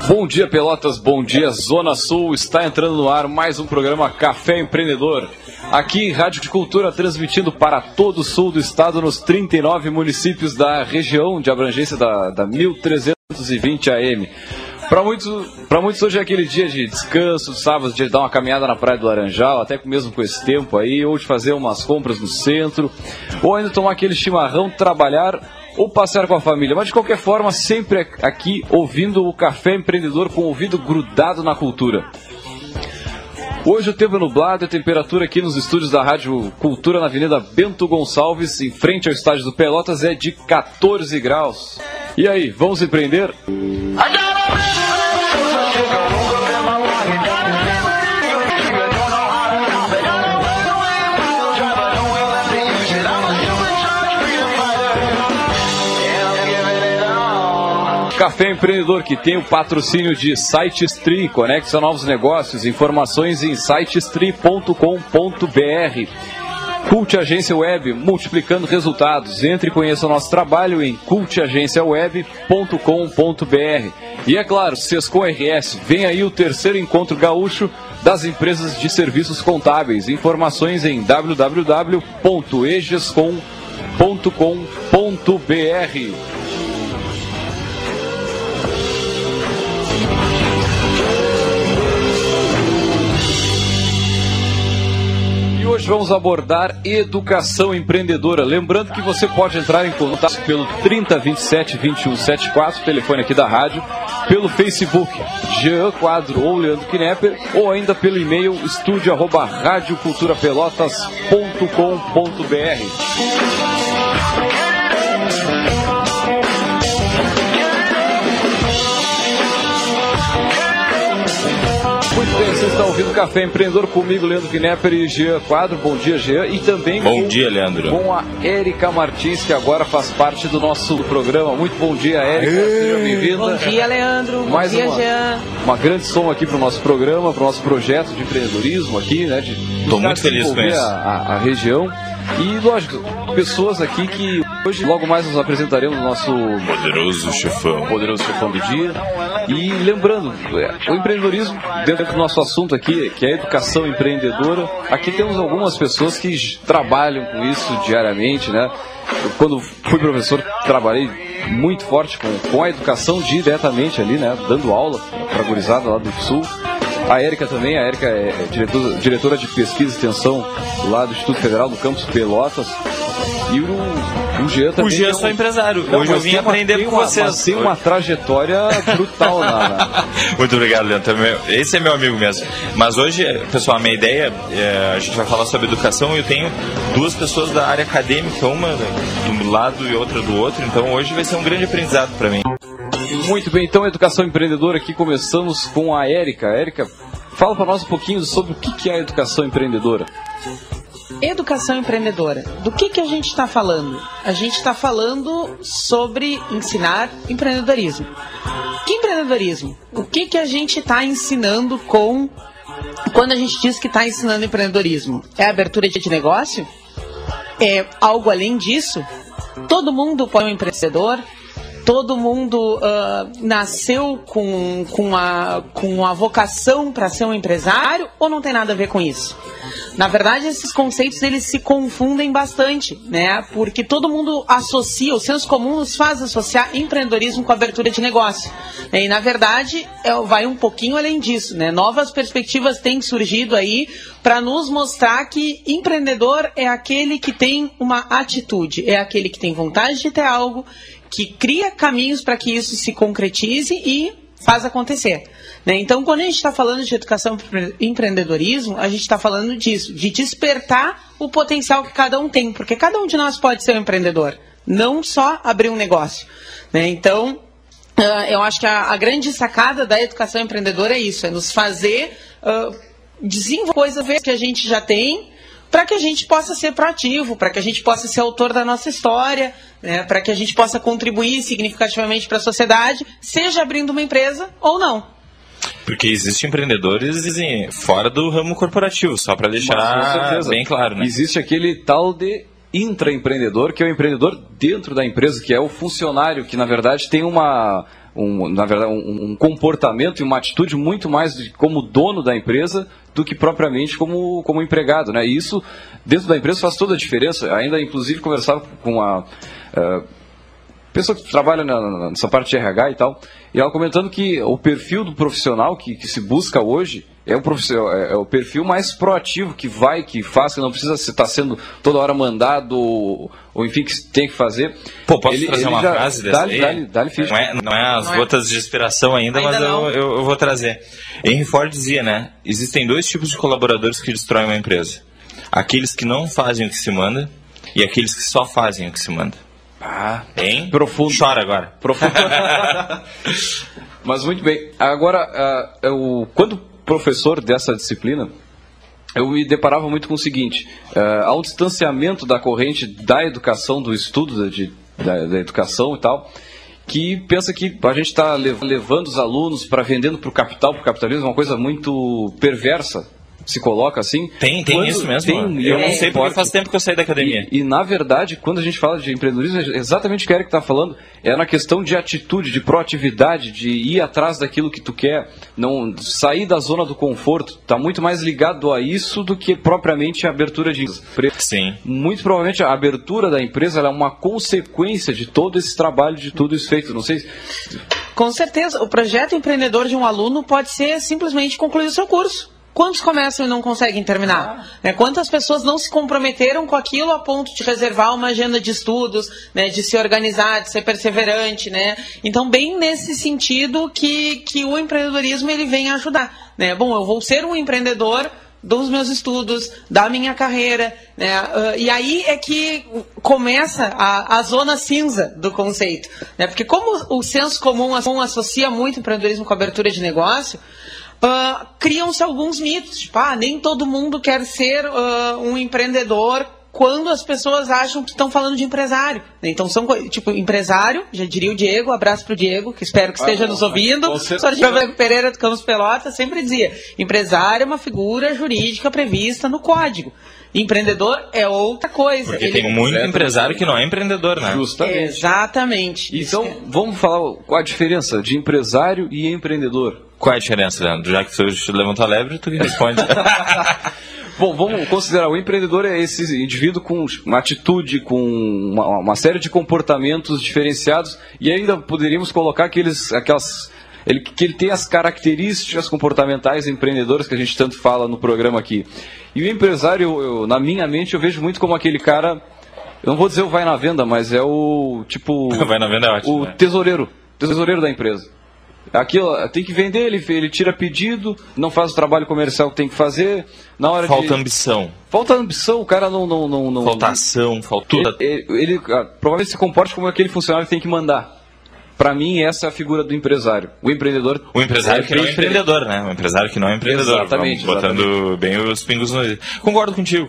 Bom dia, Pelotas, bom dia, Zona Sul. Está entrando no ar mais um programa Café Empreendedor. Aqui, Rádio de Cultura, transmitindo para todo o sul do estado, nos 39 municípios da região de abrangência da 1320 AM. Para muitos hoje é aquele dia de descanso, sábado, de dar uma caminhada na Praia do Laranjal, até mesmo com esse tempo aí, ou de fazer umas compras no centro, ou ainda tomar aquele chimarrão, trabalhar ou passear com a família. Mas de qualquer forma, sempre aqui ouvindo o Café Empreendedor com o ouvido grudado na cultura. Hoje o tempo é nublado e a temperatura aqui nos estúdios da Rádio Cultura na Avenida Bento Gonçalves, em frente ao estádio do Pelotas, é de 14 graus. E aí, vamos empreender? Café Empreendedor, que tem o patrocínio de SiteStream, conecte a novos negócios, informações em sitestream.com.br. Cult Agência Web, multiplicando resultados. Entre e conheça o nosso trabalho em cultagenciaweb.com.br. E é claro, Sescom RS, vem aí o terceiro encontro gaúcho das empresas de serviços contábeis. Informações em www.egescom.com.br. Hoje vamos abordar educação empreendedora. Lembrando que você pode entrar em contato pelo 3027-2174, telefone aqui da rádio, pelo Facebook Jean Quadro ou Leandro Knepper, ou ainda pelo e-mail estúdio@radioculturapelotas.com.br. Muito bem, você está ouvindo o Café Empreendedor comigo, Leandro Knepper e Jean Quadro. Bom dia, Jean. E também bom dia, Leandro. Com a Érica Martins, que agora faz parte do nosso programa. Muito bom dia, Érica. Seja bem-vinda. Bom dia, Leandro. Bom dia, Jean. Uma grande som aqui para o nosso programa, para o nosso projeto de empreendedorismo aqui, né? Estou muito feliz com isso. A região. E, lógico, pessoas aqui que hoje, logo mais, nos apresentaremos o nosso poderoso chefão do dia. E lembrando, o empreendedorismo, dentro do nosso assunto aqui, que é a educação empreendedora, aqui temos algumas pessoas que trabalham com isso diariamente, né? Quando fui professor, trabalhei muito forte com a educação diretamente ali, né? Dando aula para a gurizada lá do Sul. A Érica também, é diretora de pesquisa e extensão lá do Instituto Federal do Campus Pelotas. E o Jean também. O Jean é só empresário. Hoje eu vim aprender com vocês. Tem uma trajetória brutal lá. Muito obrigado, Leandro. Esse é meu amigo mesmo. Mas hoje, pessoal, a minha ideia, a gente vai falar sobre educação e eu tenho duas pessoas da área acadêmica, uma do lado e outra do outro. Então hoje vai ser um grande aprendizado para mim. Muito bem, então, educação empreendedora aqui, começamos com a Érica. Érica, fala para nós um pouquinho sobre o que é a educação empreendedora. Educação empreendedora. Do que a gente está falando? A gente está falando sobre ensinar empreendedorismo. Que empreendedorismo? O que a gente está ensinando quando a gente diz que está ensinando empreendedorismo? É abertura de negócio? É algo além disso? Todo mundo pode ser um empreendedor? Todo mundo nasceu com a vocação para ser um empresário ou não tem nada a ver com isso? Na verdade, esses conceitos eles se confundem bastante, né? Porque todo mundo associa, o senso comum nos faz associar empreendedorismo com abertura de negócio. E, na verdade, vai um pouquinho além disso, né? Novas perspectivas têm surgido aí para nos mostrar que empreendedor é aquele que tem uma atitude, é aquele que tem vontade de ter algo, que cria caminhos para que isso se concretize e faz acontecer. Né? Então, quando a gente está falando de educação e empreendedorismo, a gente está falando disso, de despertar o potencial que cada um tem, porque cada um de nós pode ser um empreendedor, não só abrir um negócio. Né? Então, eu acho que a grande sacada da educação empreendedora é isso, é nos fazer desenvolver coisas que a gente já tem, para que a gente possa ser proativo, para que a gente possa ser autor da nossa história, né, para que a gente possa contribuir significativamente para a sociedade, seja abrindo uma empresa ou não. Porque existem empreendedores fora do ramo corporativo, só para deixar bem claro. Né? Existe aquele tal de intraempreendedor, que é o empreendedor dentro da empresa, que é o funcionário, que na verdade tem um comportamento e uma atitude muito mais como dono da empresa do que propriamente como empregado, né? E isso, dentro da empresa, faz toda a diferença. Ainda, inclusive, conversava com a pessoa que trabalha nessa parte de RH e tal, e ela comentando que o perfil do profissional que se busca hoje é o perfil mais proativo, que faz, que não precisa estar sendo toda hora mandado, ou enfim, que tem que fazer. Pô, posso trazer uma frase dessa aí? Dá-lhe ficha. Não é as gotas de inspiração ainda, mas eu vou trazer. Henry Ford dizia, né? Existem 2 tipos de colaboradores que destroem uma empresa. Aqueles que não fazem o que se manda e aqueles que só fazem o que se manda. Hein? Profundo. Chora agora. Profundo. Mas muito bem. Agora, quando professor dessa disciplina, eu me deparava muito com o seguinte: há um distanciamento da corrente da educação, do estudo da educação e tal, que pensa que a gente está levando os alunos para vendendo para o capitalismo, uma coisa muito perversa. Se coloca assim. Tem isso mesmo. Eu não sei porque faz tempo que eu saí da academia. E na verdade, quando a gente fala de empreendedorismo, é exatamente o que o Eric está falando, é na questão de atitude, de proatividade, de ir atrás daquilo que tu quer, não sair da zona do conforto. Está muito mais ligado a isso do que propriamente a abertura de empresa. Sim. Muito provavelmente a abertura da empresa ela é uma consequência de todo esse trabalho, de tudo isso feito. Não sei se... Com certeza. O projeto empreendedor de um aluno pode ser simplesmente concluir o seu curso. Quantos começam e não conseguem terminar? Quantas pessoas não se comprometeram com aquilo a ponto de reservar uma agenda de estudos, né, de se organizar, de ser perseverante, né? Então, bem nesse sentido que o empreendedorismo ele vem ajudar, né? Bom, eu vou ser um empreendedor dos meus estudos, da minha carreira, né? E aí é que começa a zona cinza do conceito, né? Porque como o senso comum associa muito o empreendedorismo com a abertura de negócio, criam-se alguns mitos, tipo, nem todo mundo quer ser um empreendedor quando as pessoas acham que estão falando de empresário. Então, são tipo, empresário, já diria o Diego, abraço pro Diego, que espero que esteja nos ouvindo. O Sr. Pereira do Campos Pelotas sempre dizia, empresário é uma figura jurídica prevista no Código. Empreendedor é outra coisa. Porque tem muito empresário que não é empreendedor, né? Justamente. Exatamente. Então, vamos falar qual a diferença de empresário e empreendedor. Qual é a diferença, Leandro? Já que você levantou a lebre, tu que responde. Bom, vamos considerar o empreendedor é esse indivíduo com uma atitude, com uma série de comportamentos diferenciados, e ainda poderíamos colocar que ele tem as características comportamentais empreendedoras que a gente tanto fala no programa aqui. E o empresário, na minha mente, eu vejo muito como aquele cara, eu não vou dizer o vai na venda, mas é o tipo... vai na venda é ótimo, o tesoureiro da empresa. Aquilo, tem que vender, ele tira pedido, não faz o trabalho comercial que tem que fazer. Na hora ambição. Falta ambição, o cara não... Falta ação, falta tudo. Ele provavelmente se comporta como aquele funcionário que tem que mandar. Para mim, essa é a figura do empresário. O empreendedor... O empresário que não é empreendedor, né? O empresário que não é empreendedor. Exatamente. Botando bem os pingos no... Concordo contigo.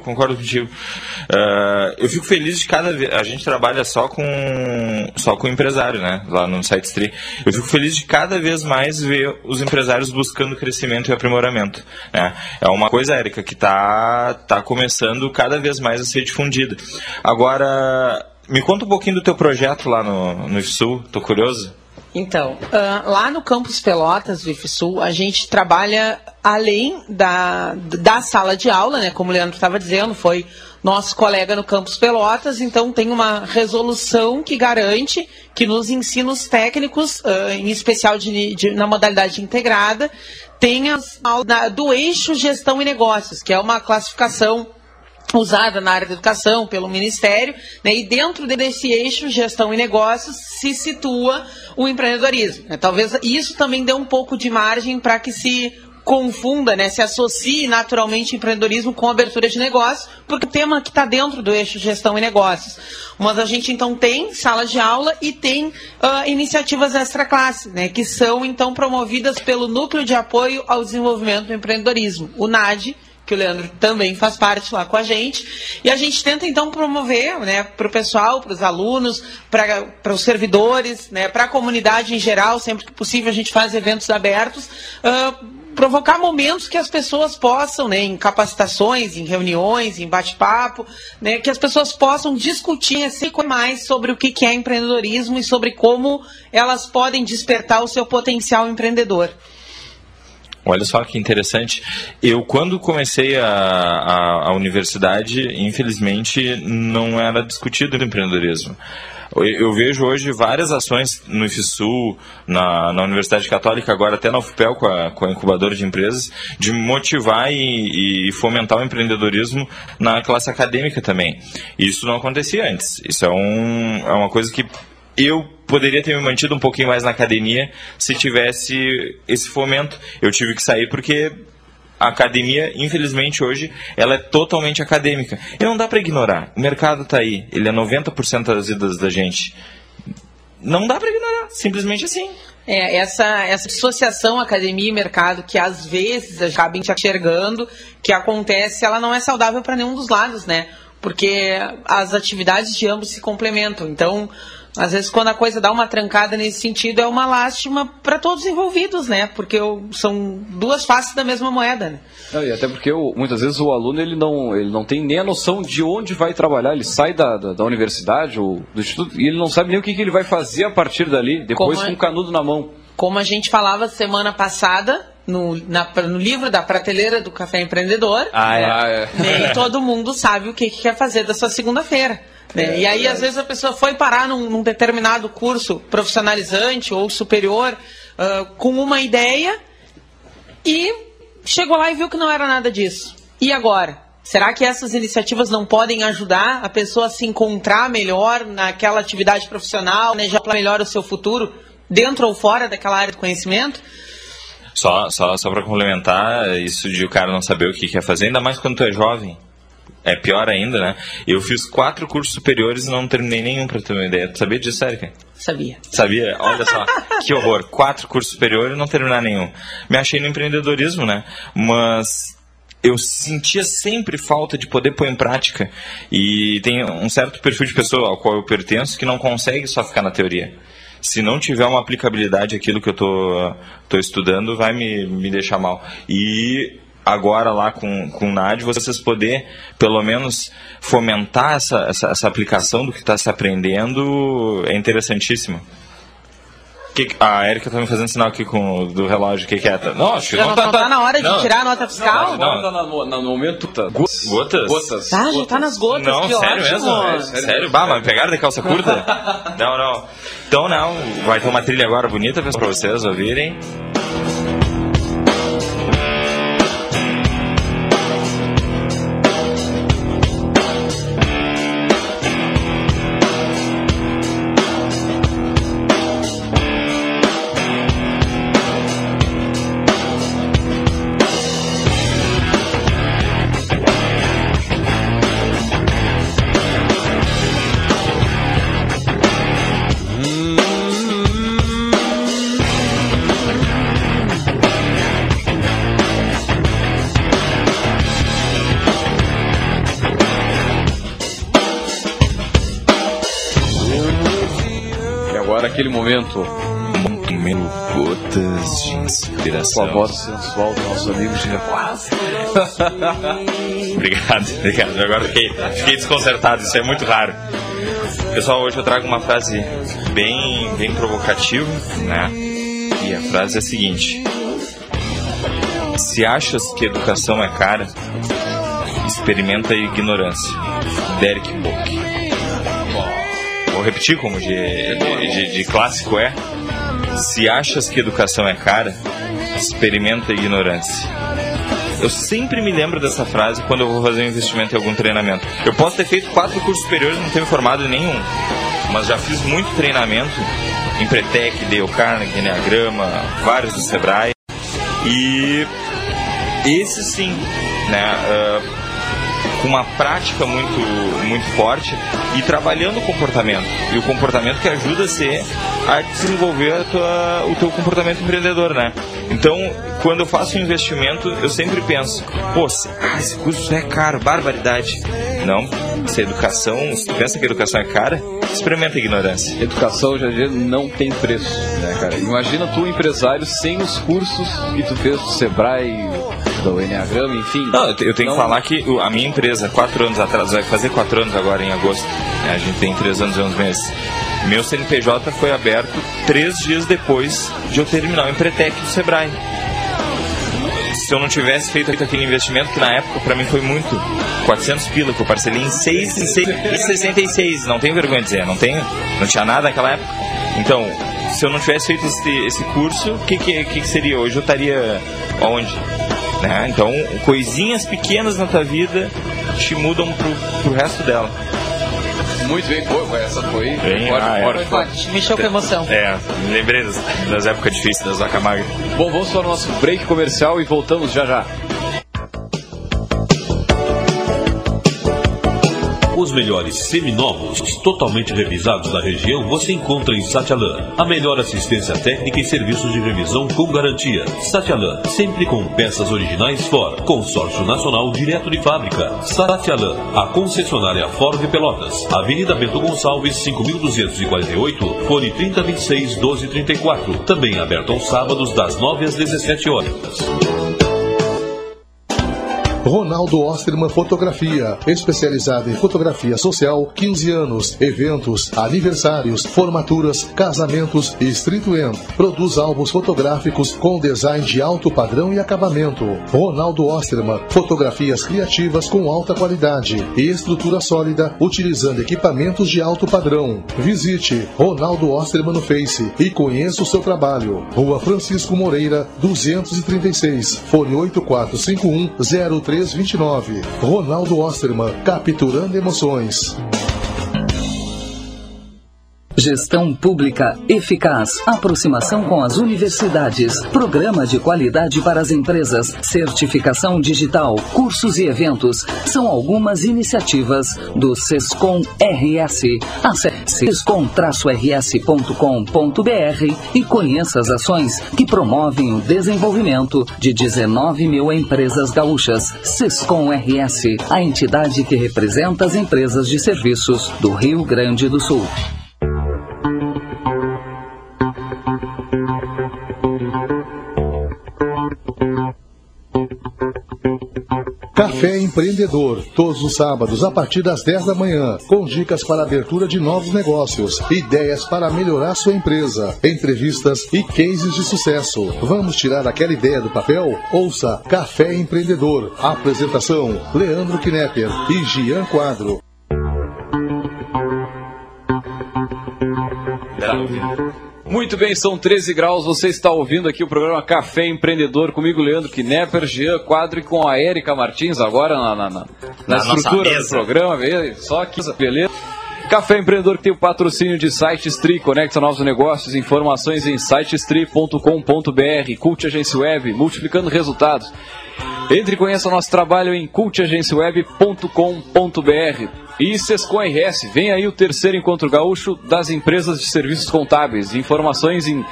Eu fico feliz de cada vez... A gente trabalha só com empresário, né? Lá no SiteStree. Eu fico feliz de cada vez mais ver os empresários buscando crescimento e aprimoramento, né? É uma coisa, Érica, que tá começando cada vez mais a ser difundida. Agora... Me conta um pouquinho do teu projeto lá no IFSU, tô curioso. Então, lá no Campus Pelotas do IFSU, a gente trabalha além da sala de aula, né? Como o Leandro estava dizendo, foi nosso colega no Campus Pelotas, então tem uma resolução que garante que nos ensinos técnicos, em especial na modalidade integrada, tenha aula do eixo gestão e negócios, que é uma classificação usada na área da educação pelo Ministério, né, e dentro desse eixo gestão e negócios se situa o empreendedorismo, né? Talvez isso também dê um pouco de margem para que se confunda, né, se associe naturalmente empreendedorismo com abertura de negócio, porque o tema que está dentro do eixo gestão e negócios. Mas a gente então tem sala de aula e tem iniciativas extra-classe, né, que são então promovidas pelo Núcleo de Apoio ao Desenvolvimento do Empreendedorismo, o NAD, que o Leandro também faz parte lá com a gente, e a gente tenta então promover, né, para o pessoal, para os alunos, para os servidores, né, para a comunidade em geral, sempre que possível a gente faz eventos abertos, provocar momentos que as pessoas possam, né, em capacitações, em reuniões, em bate-papo, né, que as pessoas possam discutir mais sobre o que é empreendedorismo e sobre como elas podem despertar o seu potencial empreendedor. Olha só que interessante. Eu, quando comecei a universidade, infelizmente, não era discutido o empreendedorismo. Eu vejo hoje várias ações no IFSU, na Universidade Católica, agora até na UFPEL, com a incubadora de empresas, de motivar e fomentar o empreendedorismo na classe acadêmica também. Isso não acontecia antes. Isso é uma coisa que eu poderia ter me mantido um pouquinho mais na academia se tivesse esse fomento. Eu tive que sair porque a academia, infelizmente, hoje, ela é totalmente acadêmica. E não dá para ignorar. O mercado está aí. Ele é 90% das vidas da gente. Não dá para ignorar. Simplesmente assim. Essa dissociação academia e mercado, que às vezes a gente acaba enxergando que acontece, ela não é saudável para nenhum dos lados, né? Porque as atividades de ambos se complementam. Então, às vezes, quando a coisa dá uma trancada nesse sentido, é uma lástima para todos os envolvidos, né? Porque são duas faces da mesma moeda, né? E até porque muitas vezes o aluno ele não tem nem a noção de onde vai trabalhar. Ele sai da universidade ou do instituto e ele não sabe nem o que ele vai fazer a partir dali, depois com um canudo na mão. Como a gente falava semana passada, no livro da prateleira do Café Empreendedor, nem todo mundo sabe o que quer fazer da sua segunda-feira. E aí, às vezes, a pessoa foi parar num determinado curso profissionalizante ou superior com uma ideia e chegou lá e viu que não era nada disso. E agora? Será que essas iniciativas não podem ajudar a pessoa a se encontrar melhor naquela atividade profissional, planejar melhor o seu futuro, dentro ou fora daquela área de conhecimento? Só para complementar, isso de o cara não saber o que quer fazer, ainda mais quando tu é jovem. É pior ainda, né? Eu fiz 4 cursos superiores e não terminei nenhum, pra ter uma ideia. Tu sabia disso, Érica? Sabia. Sabia? Olha só, que horror. 4 cursos superiores e não terminar nenhum. Me achei no empreendedorismo, né? Mas eu sentia sempre falta de poder pôr em prática. E tem um certo perfil de pessoa ao qual eu pertenço que não consegue só ficar na teoria. Se não tiver uma aplicabilidade aquilo que eu tô estudando, vai me deixar mal. E agora lá com o NAD, vocês poder pelo menos fomentar essa aplicação do que está se aprendendo é interessantíssimo. A Érica está me fazendo sinal aqui do relógio, o que é? Não, acho que não tá na hora de tirar a nota fiscal? Não, no momento tá. Gotas? Tá, já tá nas gotas. Não, que sério ótimo. Mesmo? Sério? Bah, mas me pegaram de calça curta? Não. Então não, vai ter uma trilha agora bonita para vocês ouvirem. Aquele momento gotas de inspiração. Com a voz sensual do nosso amigo Chega Quase. Obrigado. Agora fiquei desconcertado, isso é muito raro. Pessoal, hoje eu trago uma frase bem provocativa, né? E a frase é a seguinte: se achas que educação é cara, experimenta a ignorância. Derek Book. Vou repetir como de clássico é: se achas que educação é cara, experimenta a ignorância. Eu sempre me lembro dessa frase quando eu vou fazer um investimento em algum treinamento. Eu posso ter feito 4 cursos superiores e não ter me formado em nenhum, mas já fiz muito treinamento em Pretec, Dale Carnegie, Enneagrama, vários do Sebrae, e esse sim, né, com uma prática muito forte e trabalhando o comportamento. E o comportamento que ajuda a desenvolver o teu comportamento empreendedor, né? Então, quando eu faço um investimento, eu sempre penso, esse curso é caro, barbaridade. Não, se a educação, se tu pensa que a educação é cara, experimenta a ignorância. Educação hoje em dia não tem preço, né, cara? Imagina tu, empresário, sem os cursos que tu fez do Sebrae, do Enneagrama, enfim. Não, eu tenho que falar que a minha empresa, 4 anos atrás, vai fazer 4 anos agora em agosto, né? A gente tem 3 anos e 11 meses. Meu CNPJ foi aberto 3 dias depois de eu terminar o Empretec do Sebrae. Se eu não tivesse feito aquele investimento, que na época pra mim foi muito, 400 pila, que eu parcelei em 6,66, não tenho vergonha de dizer, não tinha nada naquela época. Então, se eu não tivesse feito esse curso, o que seria? Hoje eu estaria onde? Né? Então, coisinhas pequenas na tua vida te mudam pro resto dela. Muito bem, essa foi forte. Mexeu com emoção. Me lembrei das épocas difíceis das vacas magras. Bom, vamos para o nosso break comercial e voltamos já. Os melhores seminovos, totalmente revisados da região, você encontra em Satialan. A melhor assistência técnica e serviços de revisão com garantia. Satialan, sempre com peças originais Ford. Consórcio Nacional direto de fábrica. Satialan, a concessionária Ford Pelotas. Avenida Bento Gonçalves, 5248, fone 3026-1234. Também aberto aos sábados, das 9 às 17 horas. Ronaldo Osterman Fotografia, especializada em fotografia social, 15 anos, eventos, aniversários, formaturas, casamentos e street end. Produz álbuns fotográficos com design de alto padrão e acabamento. Ronaldo Osterman, fotografias criativas com alta qualidade e estrutura sólida, utilizando equipamentos de alto padrão. Visite Ronaldo Osterman no Face e conheça o seu trabalho. Rua Francisco Moreira, 236, fone 8451-0329. Ronaldo Osterman, capturando emoções. Gestão pública eficaz, aproximação com as universidades, programa de qualidade para as empresas, certificação digital, cursos e eventos, são algumas iniciativas do Sescom RS. Acesse sescom-rs.com.br e conheça as ações que promovem o desenvolvimento de 19 mil empresas gaúchas. Sescom RS, a entidade que representa as empresas de serviços do Rio Grande do Sul. Café Empreendedor, todos os sábados a partir das 10 da manhã, com dicas para a abertura de novos negócios, ideias para melhorar sua empresa, entrevistas e cases de sucesso. Vamos tirar aquela ideia do papel? Ouça Café Empreendedor. Apresentação: Leandro Knepper e Gian Quadro. Muito bem, são 13 graus, você está ouvindo aqui o programa Café Empreendedor, comigo Leandro Knepper, Jean Quadro e com a Érica Martins, agora na estrutura do programa, só aqui, beleza? Café Empreendedor que tem o patrocínio de SiteStri, conecta novos negócios, informações em sitestri.com.br, Cult Agência Web, multiplicando resultados. Entre e conheça o nosso trabalho em cultagenciaweb.com.br. E Sescom RS, vem aí o terceiro encontro gaúcho das empresas de serviços contábeis. Informações em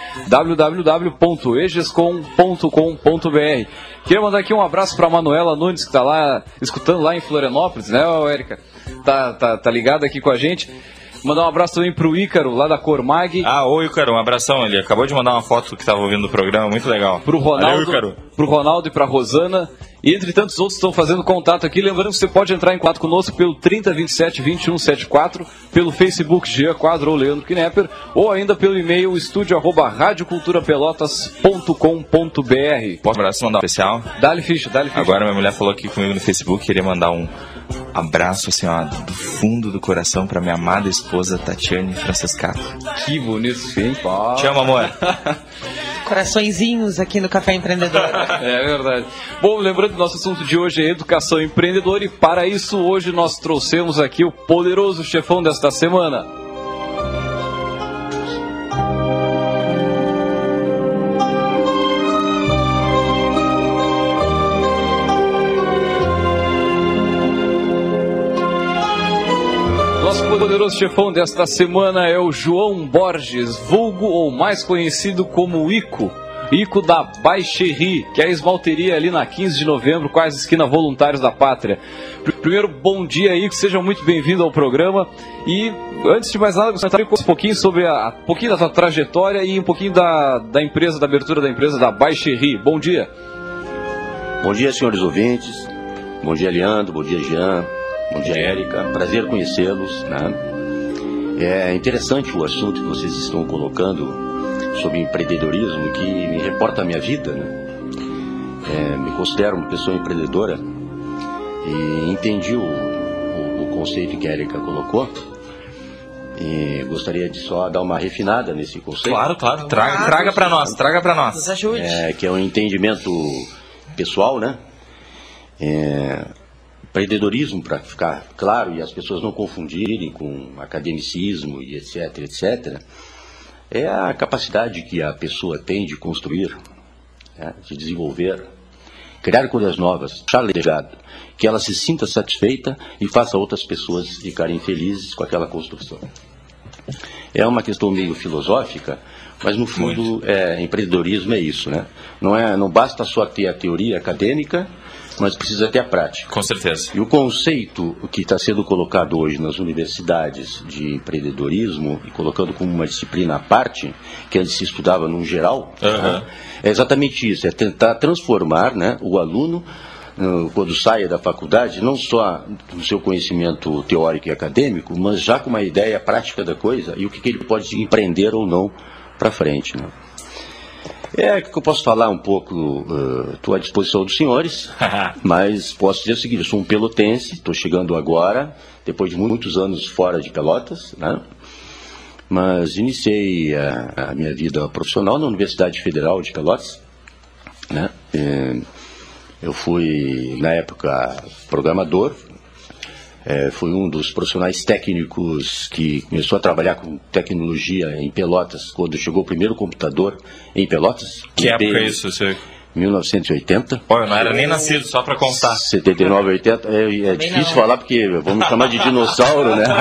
www.egescom.com.br. Queria mandar aqui um abraço para a Manuela Nunes, que está lá, escutando lá em Florianópolis, né, Érica? Tá ligado aqui com a gente. Mandar um abraço também pro Ícaro, lá da Cormag. Oi, Ícaro, um abração. Ele acabou de mandar uma foto que estava ouvindo o programa, muito legal. Pro Ronaldo e pra Rosana. E entre tantos outros estão fazendo contato aqui. Lembrando que você pode entrar em contato conosco pelo 3027-2174, pelo Facebook Jean Quadro ou Leandro Knepper, ou ainda pelo e-mail estúdio@radioculturapelotas.com.br. Posso mandar um especial? Dá-lhe ficha. Agora minha mulher falou aqui comigo no Facebook, queria mandar um abraço assim, ó, do fundo do coração pra minha amada esposa Tatiane Francescato. Que bonito, sim. Te amo, amor. Coraçõezinhos aqui no Café Empreendedor. É verdade. Bom, lembrando que o nosso assunto de hoje é educação empreendedora e para isso hoje nós trouxemos aqui o poderoso chefão desta semana. O poderoso chefão desta semana é o João Borges, vulgo ou mais conhecido como Ico. Ico da Baixerri, que é a esmalteria ali na 15 de novembro, quase esquina Voluntários da Pátria. Primeiro, bom dia, Ico, seja muito bem-vindo ao programa. E antes de mais nada, gostaria de falar um pouquinho sobre um pouquinho da sua trajetória e um pouquinho da empresa, da abertura da empresa da Baixerri. Bom dia. Bom dia, senhores ouvintes. Bom dia, Leandro. Bom dia, Jean. Bom dia, Érica. Prazer conhecê-los, né? É interessante o assunto que vocês estão colocando sobre empreendedorismo, que me reporta a minha vida, né? Me considero uma pessoa empreendedora e entendi o conceito que a Érica colocou. E gostaria de só dar uma refinada nesse conceito. Claro. Traga para nós. Nos ajude. Que é um entendimento pessoal, né? Empreendedorismo, para ficar claro e as pessoas não confundirem com academicismo e etc, é a capacidade que a pessoa tem de construir, né? De desenvolver, criar coisas novas, achar legado, que ela se sinta satisfeita e faça outras pessoas ficarem felizes com aquela construção. É uma questão meio filosófica, mas no fundo empreendedorismo é isso, né? Não basta só ter a teoria acadêmica, mas precisa ter a prática. Com certeza. E o conceito que está sendo colocado hoje nas universidades de empreendedorismo, e colocando como uma disciplina à parte, que antes se estudava no geral, né? É exatamente isso, é tentar transformar, né, o aluno, quando saia da faculdade, não só do seu conhecimento teórico e acadêmico, mas já com uma ideia prática da coisa e o que ele pode empreender ou não para frente, né? Que eu posso falar um pouco, estou à disposição dos senhores, mas posso dizer o seguinte: eu sou um pelotense, estou chegando agora, depois de muitos anos fora de Pelotas, né? Mas iniciei a minha vida profissional na Universidade Federal de Pelotas, né? Eu fui, na época, programador. Fui um dos profissionais técnicos que começou a trabalhar com tecnologia em Pelotas, quando chegou o primeiro computador em Pelotas. Que época é isso, você? 1980. Eu não era nem nascido, só para contar. 79, 80. É difícil falar porque vamos chamar de dinossauro, né?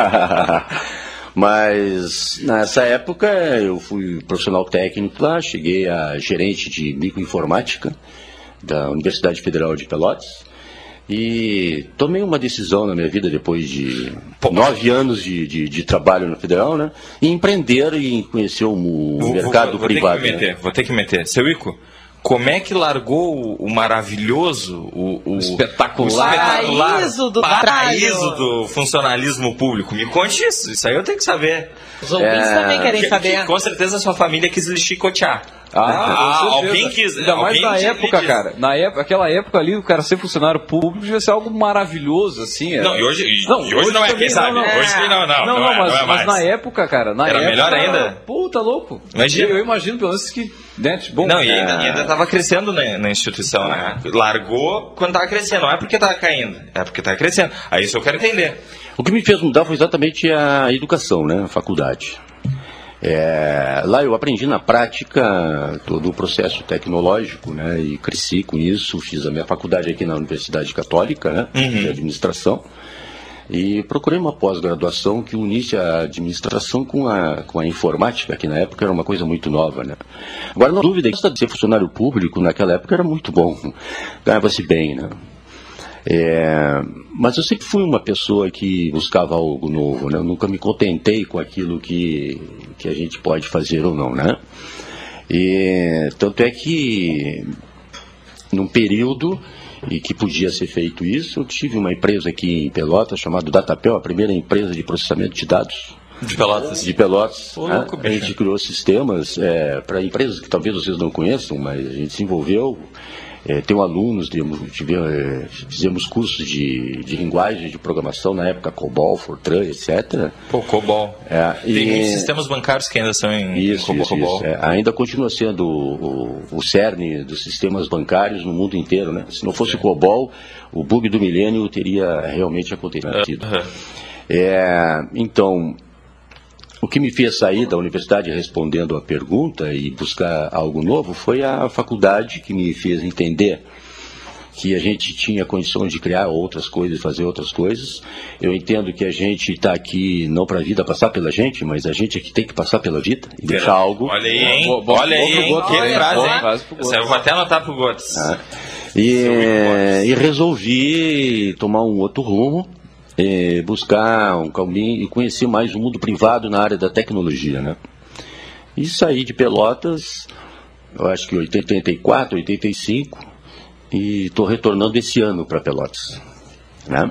Mas nessa época eu fui profissional técnico lá, cheguei a gerente de microinformática da Universidade Federal de Pelotas. E tomei uma decisão na minha vida, depois de 9 anos de trabalho no Federal, né? Em empreender e conhecer o mercado privado. Vou ter que meter. Seu Ico, como é que largou o maravilhoso, o espetacular paraíso do funcionalismo público? Me conte isso aí eu tenho que saber. Os ouvintes também querem saber. Com certeza a sua família quis lhe chicotear. Alguém quis. Ainda mais na época, cara. Aquela época ali, o cara ser funcionário público devia ser algo maravilhoso, assim. Não, e hoje não é, quem sabe? Hoje não, mas na época, cara. Era melhor ainda? Pô, tá louco. Imagina. Eu imagino, pelo menos, que. Né, bom, não, e ainda tava crescendo na instituição, né? Largou quando tava crescendo. Não é porque tava caindo, é porque tava crescendo. Aí isso eu quero entender. O que me fez mudar foi exatamente a educação, né? A faculdade. Lá eu aprendi na prática todo o processo tecnológico, né? E cresci com isso, fiz a minha faculdade aqui na Universidade Católica, né? De administração. E procurei uma pós-graduação que unisse a administração com a informática, que na época era uma coisa muito nova, né? Agora, não há dúvida que ser funcionário público naquela época era muito bom, ganhava-se bem, né? Mas eu sempre fui uma pessoa que buscava algo novo, né? Eu nunca me contentei com aquilo que a gente pode fazer ou não, né? E tanto é que num período em que podia ser feito isso, eu tive uma empresa aqui em Pelotas chamada Datapel, a primeira empresa de processamento de dados de Pelotas. De Pelotas. Pô, louco, a gente criou sistemas para empresas que talvez vocês não conheçam, mas a gente desenvolveu. Tem alunos, fizemos cursos de linguagem de programação na época, COBOL, Fortran, etc. Pô, COBOL. Tem muitos sistemas bancários que ainda são em COBOL. Isso. Ainda continua sendo o cerne dos sistemas bancários no mundo inteiro, né? Se não fosse o COBOL, o bug do milênio teria realmente acontecido. Então, o que me fez sair da universidade respondendo a pergunta e buscar algo novo foi a faculdade que me fez entender que a gente tinha condição de criar outras coisas, fazer outras coisas. Eu entendo que a gente está aqui não para a vida passar pela gente, mas a gente é que tem que passar pela vida e deixar algo. Olha aí, hein? Olha aí, hein? Que frase, hein? Eu vou até anotar pro Gotes. E resolvi tomar um outro rumo, buscar um caminho e conhecer mais o mundo privado na área da tecnologia, né? E saí de Pelotas, eu acho que 84, 85, e estou retornando esse ano para Pelotas, né?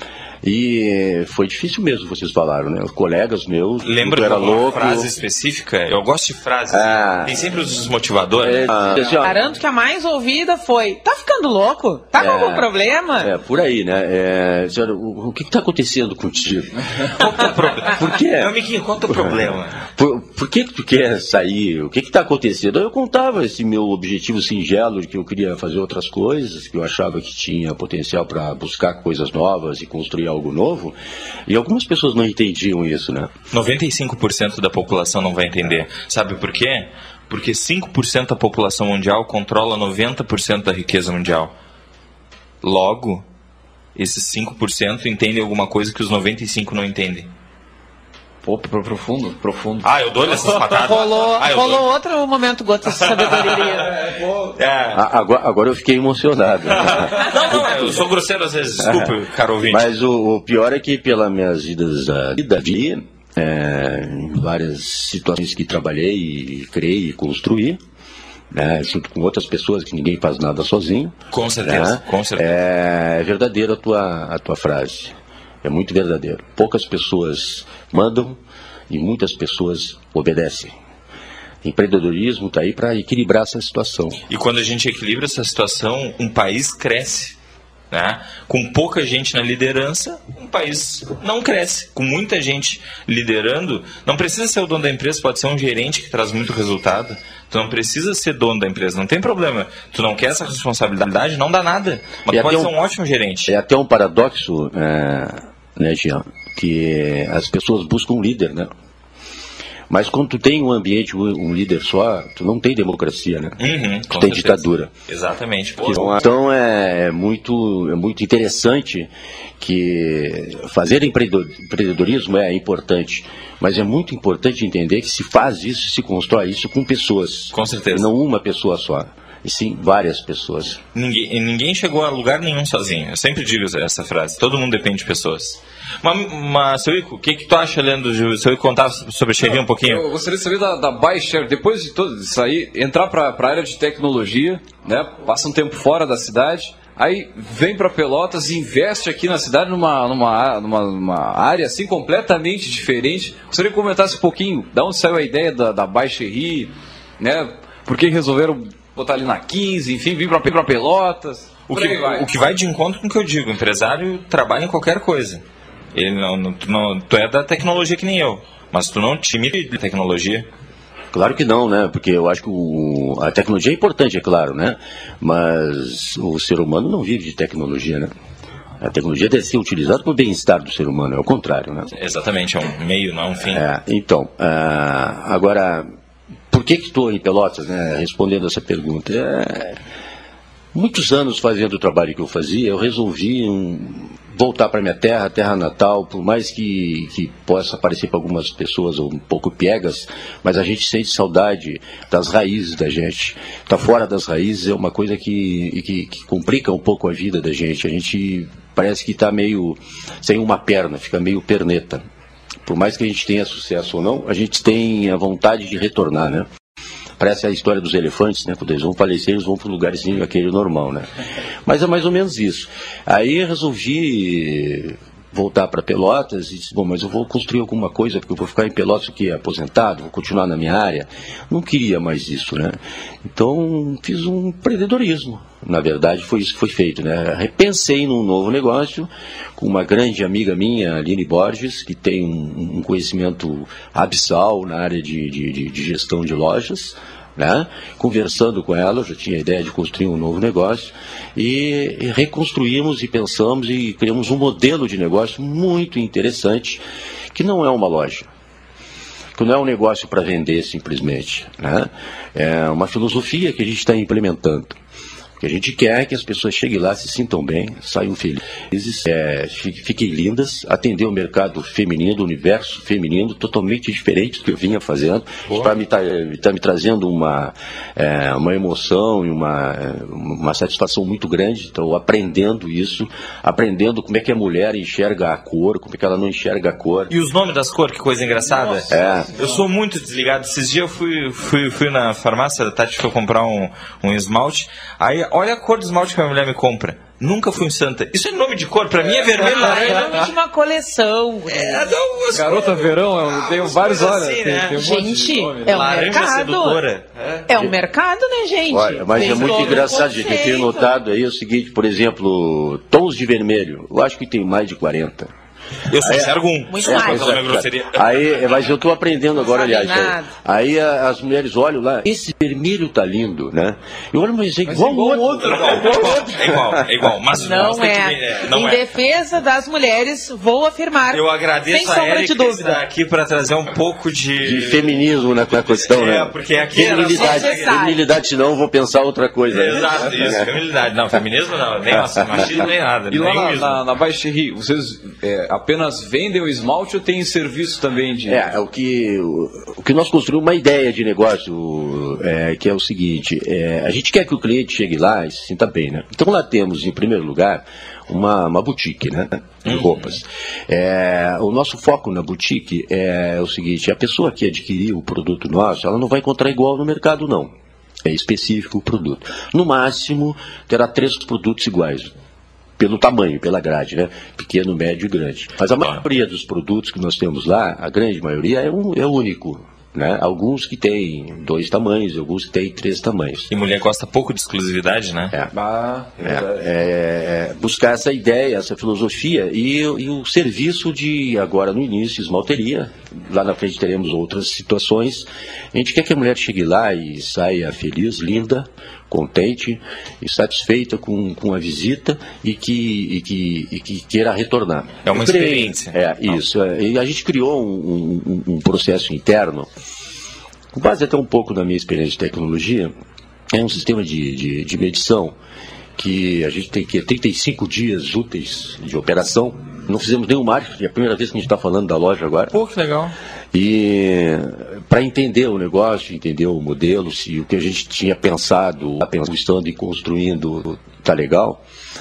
E foi difícil mesmo, vocês falaram, né? Os colegas meus... Lembra de uma frase específica? Eu gosto de frases. Tem sempre os motivadores. Garanto que a mais ouvida foi: tá ficando louco? Tá com algum problema? Por aí, né? Senhora, o que está acontecendo contigo? Qual que é o problema? Por quê? Meu amiguinho, qual que é o problema? Por que tu quer sair? O que está acontecendo? Eu contava esse meu objetivo singelo de que eu queria fazer outras coisas, que eu achava que tinha potencial para buscar coisas novas e construir algo novo, e algumas pessoas não entendiam isso, né? 95% da população não vai entender. Sabe por quê? Porque 5% da população mundial controla 90% da riqueza mundial. Logo, esses 5% entendem alguma coisa que os 95% não entendem. Pô, profundo. Eu dou essas patadas. Rolou outro momento, Gotas de sabedoria. Agora eu fiquei emocionado. Não, eu sou grosseiro às vezes, desculpe, caro ouvinte. Mas o pior é que pelas minhas vidas da vida, em várias situações que trabalhei e criei e construí, junto com outras pessoas, que ninguém faz nada sozinho. Com certeza, com certeza. É verdadeira a tua frase. É muito verdadeiro. Poucas pessoas mandam e muitas pessoas obedecem. Empreendedorismo está aí para equilibrar essa situação. E quando a gente equilibra essa situação, um país cresce. Né? Com pouca gente na liderança, um país não cresce. Com muita gente liderando, não precisa ser o dono da empresa, pode ser um gerente que traz muito resultado. Tu não precisa ser dono da empresa, não tem problema. Tu não quer essa responsabilidade, não dá nada. Mas tu pode ser um ótimo gerente. É até um paradoxo, né, Jean, que as pessoas buscam um líder, né? Mas quando tu tem um ambiente, um líder só, tu não tem democracia, né? Tu tem ditadura. Exatamente. Então é muito interessante que fazer empreendedorismo é importante, mas é muito importante entender que se faz isso, se constrói isso com pessoas. Com certeza. E não uma pessoa só. E sim, várias pessoas. Ninguém chegou a lugar nenhum sozinho. Eu sempre digo essa frase. Todo mundo depende de pessoas. Mas seu Ico, o que tu acha, Leandro? Seu Ico, contar sobre a Xerri um pouquinho? Eu gostaria de saber da Baixer, depois de tudo isso aí, entrar para a área de tecnologia, né? Passa um tempo fora da cidade, aí vem para Pelotas e investe aqui na cidade numa área assim completamente diferente. Gostaria que comentasse um pouquinho de onde saiu a ideia da Baixer, né? Por que resolveram botar ali na 15, enfim, vir para Pelotas. O que vai de encontro com o que eu digo: o empresário trabalha em qualquer coisa. Ele tu é da tecnologia que nem eu, mas tu não te imita de tecnologia. Claro que não, né? Porque eu acho que a tecnologia é importante, é claro, né? Mas o ser humano não vive de tecnologia, né? A tecnologia deve ser utilizada para o bem-estar do ser humano, é o contrário, né? Exatamente, é um meio, não é um fim. Então, agora, por que estou em Pelotas, né? Respondendo essa pergunta? Muitos anos fazendo o trabalho que eu fazia, eu resolvi voltar para minha terra natal, por mais que possa parecer para algumas pessoas um pouco piegas, mas a gente sente saudade das raízes da gente. Estar fora das raízes é uma coisa que complica um pouco a vida da gente. A gente parece que está meio sem uma perna, fica meio perneta. Por mais que a gente tenha sucesso ou não, a gente tem a vontade de retornar, né? Parece a história dos elefantes, né? Quando eles vão falecer, eles vão para um lugar assim, aquele normal, né? Mas é mais ou menos isso. Aí eu resolvi voltar para Pelotas e disse, mas eu vou construir alguma coisa, porque eu vou ficar em Pelotas aqui aposentado, vou continuar na minha área. Não queria mais isso, né? Então fiz um empreendedorismo. Na verdade foi isso que foi feito, né? Repensei num novo negócio com uma grande amiga minha, Aline Borges, que tem um conhecimento abissal na área de gestão de lojas, né? Conversando com ela, eu já tinha a ideia de construir um novo negócio e reconstruímos e pensamos e criamos um modelo de negócio muito interessante, que não é uma loja, que não é um negócio para vender simplesmente, né? É uma filosofia que a gente está implementando. O que a gente quer é que as pessoas cheguem lá, se sintam bem, saiam felizes, fiquem lindas, atender o mercado feminino, o universo feminino, totalmente diferente do que eu vinha fazendo. Está me trazendo uma emoção e uma satisfação muito grande. Estou aprendendo isso, aprendendo como é que a mulher enxerga a cor, como é que ela não enxerga a cor. E os nomes das cores, que coisa engraçada. Eu sou muito desligado. Esses dias eu fui na farmácia, a Tati foi comprar um esmalte. Aí, olha a cor do esmalte que a minha mulher me compra. Nunca fui em Santa. Isso é nome de cor? Pra mim é vermelho. É nome de uma coleção. Garota Verão, eu tenho vários, olha. Assim, né? Tem um gente, monte de é um Laranja mercado. sedutora. É um mercado, né, gente? Olha, mas tem é muito todo engraçado, gente. Eu tenho notado aí o seguinte, por exemplo, tons de vermelho. Eu acho que tem mais de 40. Eu só enxergo um. Muito mais. Mas eu estou aprendendo agora, Não sabe aliás. nada. Aí as mulheres olham lá, esse vermelho tá lindo, né? Eu olho, mas é igual ao outro. É igual. Mas Não em defesa das mulheres, vou afirmar. Eu agradeço sem a sombra Érica de dúvida. aqui para trazer um pouco De feminismo na questão, né? Porque aqui feminilidade, senão eu vou pensar outra coisa. Exato, isso, feminilidade. Não, feminismo não, nem machismo, nem nada. E lá na Baixerri, vocês apenas vendem o esmalte ou tem serviço também de... O que nós construímos uma ideia de negócio, que é o seguinte, a gente quer que o cliente chegue lá e se sinta bem, né? Então lá temos, em primeiro lugar, uma boutique, né, de roupas. O nosso foco na boutique é o seguinte, a pessoa que adquirir o produto nosso, ela não vai encontrar igual no mercado, não. É específico o produto. No máximo, terá 3 produtos iguais. Pelo tamanho, pela grade, né? Pequeno, médio e grande. Mas a maioria dos produtos que nós temos lá, a grande maioria é único. Né? Alguns que têm 2 tamanhos, alguns que têm 3 tamanhos. E mulher gosta pouco de exclusividade, né? Buscar essa ideia, essa filosofia e o serviço de, agora no início, esmalteria. Lá na frente teremos outras situações. A gente quer que a mulher chegue lá e saia feliz, linda, contente e satisfeita com a visita e que queira retornar. É uma experiência. Isso. E a gente criou um processo interno, com base até um pouco na minha experiência de tecnologia, é um sistema de medição que a gente tem 35 dias úteis de operação. Não fizemos nenhum marketing, é a primeira vez que a gente está falando da loja agora. Pô, que legal. E para entender o negócio, entender o modelo, se o que a gente tinha pensado estando e construindo está legal,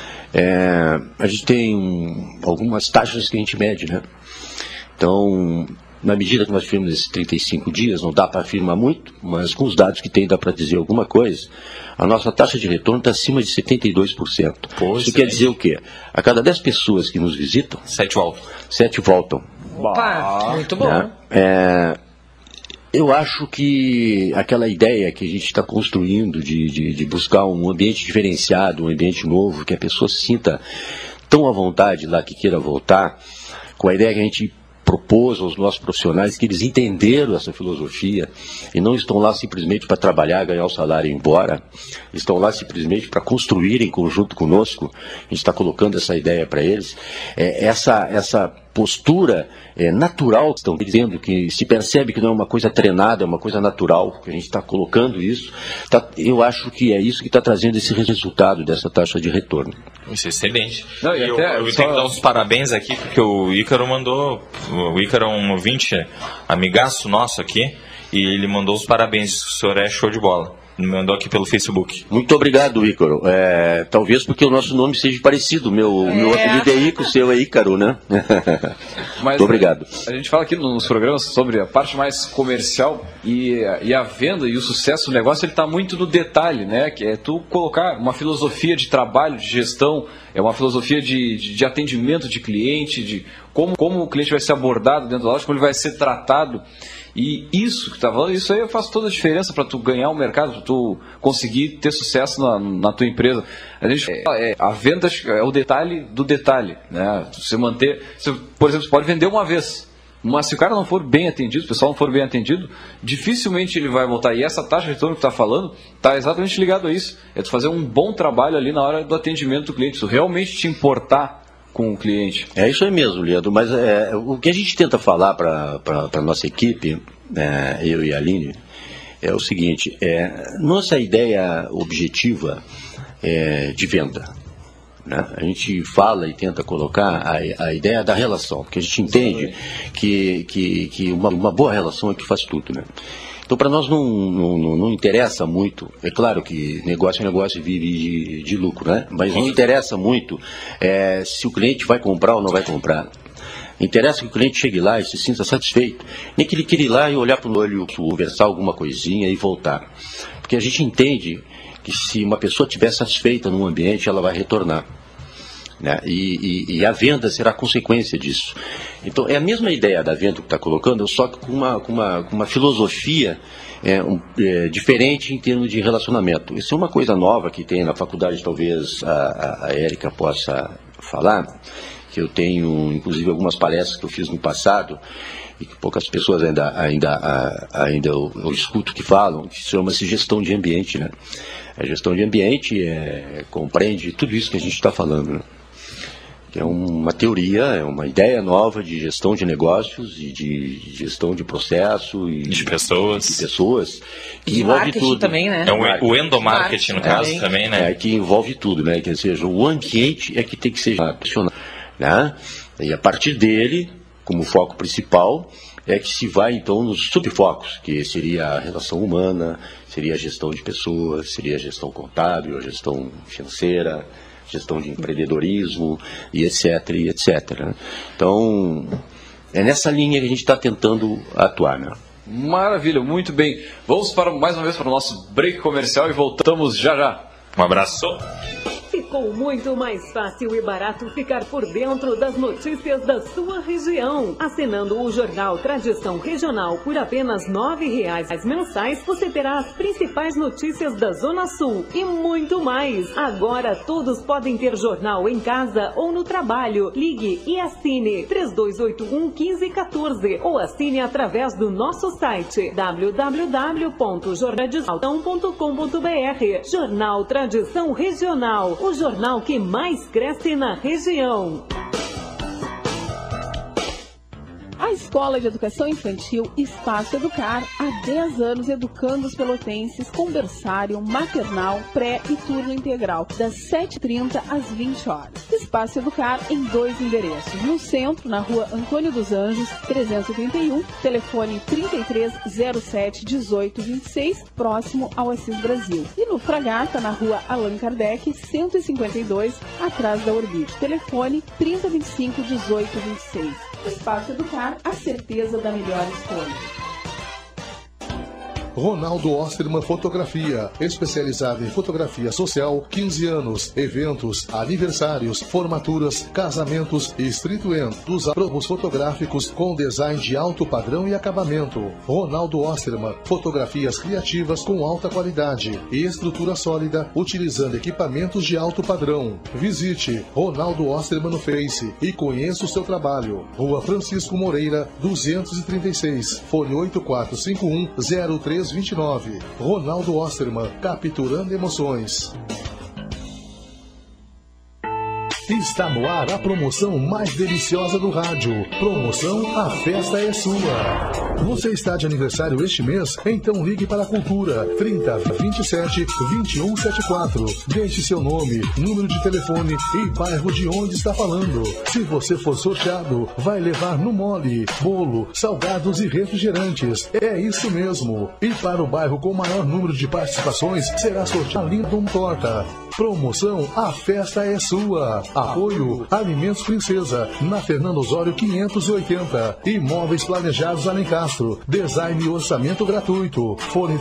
a gente tem algumas taxas que a gente mede, né? Então, na medida que nós firmamos esses 35 dias, não dá para afirmar muito, mas com os dados que tem dá para dizer alguma coisa, a nossa taxa de retorno está acima de 72%. Isso quer dizer o quê? A cada 10 pessoas que nos visitam, 7 voltam. Opa, muito bom. Né? Eu acho que aquela ideia que a gente está construindo de buscar um ambiente diferenciado, um ambiente novo, que a pessoa se sinta tão à vontade lá que queira voltar, com a ideia que a gente propôs aos nossos profissionais, que eles entenderam essa filosofia e não estão lá simplesmente para trabalhar, ganhar o salário e ir embora, estão lá simplesmente para construir em conjunto conosco. A gente está colocando essa ideia para eles. Essa postura natural, estão dizendo que se percebe que não é uma coisa treinada, é uma coisa natural, que a gente está colocando isso. Eu acho que é isso que está trazendo esse resultado dessa taxa de retorno. Isso é excelente. Eu tenho que dar uns parabéns aqui, porque o Ícaro é um ouvinte, amigaço nosso aqui, e ele mandou os parabéns, o senhor é show de bola. Me mandou aqui pelo Facebook. Muito obrigado, Ícaro. Talvez porque o nosso nome seja parecido. Meu apelido é Ícaro, o seu é Ícaro, né? Mas muito obrigado. A gente fala aqui nos programas sobre a parte mais comercial e a venda e o sucesso do negócio, ele está muito no detalhe, né? Que é tu colocar uma filosofia de trabalho, de gestão, uma filosofia de atendimento de cliente, de como o cliente vai ser abordado dentro da loja, como ele vai ser tratado. E isso que tá falando, isso aí faz toda a diferença para tu ganhar o mercado, para tu conseguir ter sucesso na tua empresa. A venda é o detalhe do detalhe, né? Você manter, por exemplo, você pode vender uma vez, mas se o cara não for bem atendido, o pessoal não for bem atendido, dificilmente ele vai voltar. E essa taxa de retorno que tu está falando está exatamente ligado a isso. É tu fazer um bom trabalho ali na hora do atendimento do cliente, tu realmente te importar com o cliente. É isso aí mesmo, Leandro, mas o que a gente tenta falar para a nossa equipe, eu e a Aline, é o seguinte, nossa ideia objetiva de venda. Né? A gente fala e tenta colocar a ideia da relação, porque a gente entende que uma boa relação é que faz tudo. Né? Então, para nós não interessa muito, é claro que negócio é negócio e vive de lucro, né? Mas não interessa muito se o cliente vai comprar ou não vai comprar. Interessa que o cliente chegue lá e se sinta satisfeito. Nem que ele queira ir lá e olhar para o olho, conversar alguma coisinha e voltar. Porque a gente entende que se uma pessoa estiver satisfeita num ambiente, ela vai retornar. Né? E a venda será consequência disso. Então, é a mesma ideia da venda que está colocando, só que com uma filosofia diferente em termos de relacionamento. Isso é uma coisa nova que tem na faculdade, talvez a Érica possa falar, que eu tenho, inclusive, algumas palestras que eu fiz no passado, e que poucas pessoas ainda eu escuto que falam, que chama-se gestão de ambiente. Né? A gestão de ambiente compreende tudo isso que a gente está falando. Né? É uma teoria, é uma ideia nova de gestão de negócios e de gestão de processo e de pessoas que envolve tudo. Também, né? O endomarketing, no caso, também, né? Que envolve tudo, né? Quer dizer, o ambiente é que tem que ser gestionado, né? E a partir dele, como foco principal, é que se vai então nos subfocos, que seria a relação humana, seria a gestão de pessoas, seria a gestão contábil, a gestão financeira, gestão de empreendedorismo e etc, e etc. Né? Então, é nessa linha que a gente está tentando atuar. Né? Maravilha, muito bem. Vamos mais uma vez para o nosso break comercial e voltamos já já. Um abraço. Ficou muito mais fácil e barato ficar por dentro das notícias da sua região. Assinando o Jornal Tradição Regional por apenas R$ 9,00 mensais, você terá as principais notícias da Zona Sul e muito mais. Agora todos podem ter jornal em casa ou no trabalho. Ligue e assine 3281-1514 ou assine através do nosso site www.jornaldessaltão.com.br. Jornal Tradição Regional, o jornal que mais cresce na região. A Escola de Educação Infantil Espaço Educar, há 10 anos educando os pelotenses com berçário, maternal, pré e turno integral, das 7h30 às 20 horas. Espaço Educar em 2 endereços. No centro, na rua Antônio dos Anjos, 331, telefone 3307-1826, próximo ao Assis Brasil. E no Fragata, na rua Allan Kardec, 152, atrás da Orbit. Telefone 3025-1826. Espaço Educar, a certeza da melhor escolha. Ronaldo Osterman Fotografia, especializada em fotografia social, 15 anos, eventos, aniversários, formaturas, casamentos e street end, dos álbuns fotográficos com design de alto padrão e acabamento. Ronaldo Osterman, fotografias criativas com alta qualidade e estrutura sólida, utilizando equipamentos de alto padrão. Visite Ronaldo Osterman no Face e conheça o seu trabalho. Rua Francisco Moreira, 236, fone 8451-0329. Ronaldo Osterman, capturando emoções. Está no ar a promoção mais deliciosa do rádio. Promoção A Festa é Sua. Você está de aniversário este mês? Então ligue para a Cultura 3027-2174. Deixe seu nome, número de telefone e bairro de onde está falando. Se você for sorteado, vai levar no mole, bolo, salgados e refrigerantes. É isso mesmo. E para o bairro com maior número de participações, será sorteado Lindon Torta. Promoção A Festa é Sua. Apoio Alimentos Princesa, na Fernando Osório 580. Imóveis Planejados Alencastro. Design e orçamento gratuito. Fone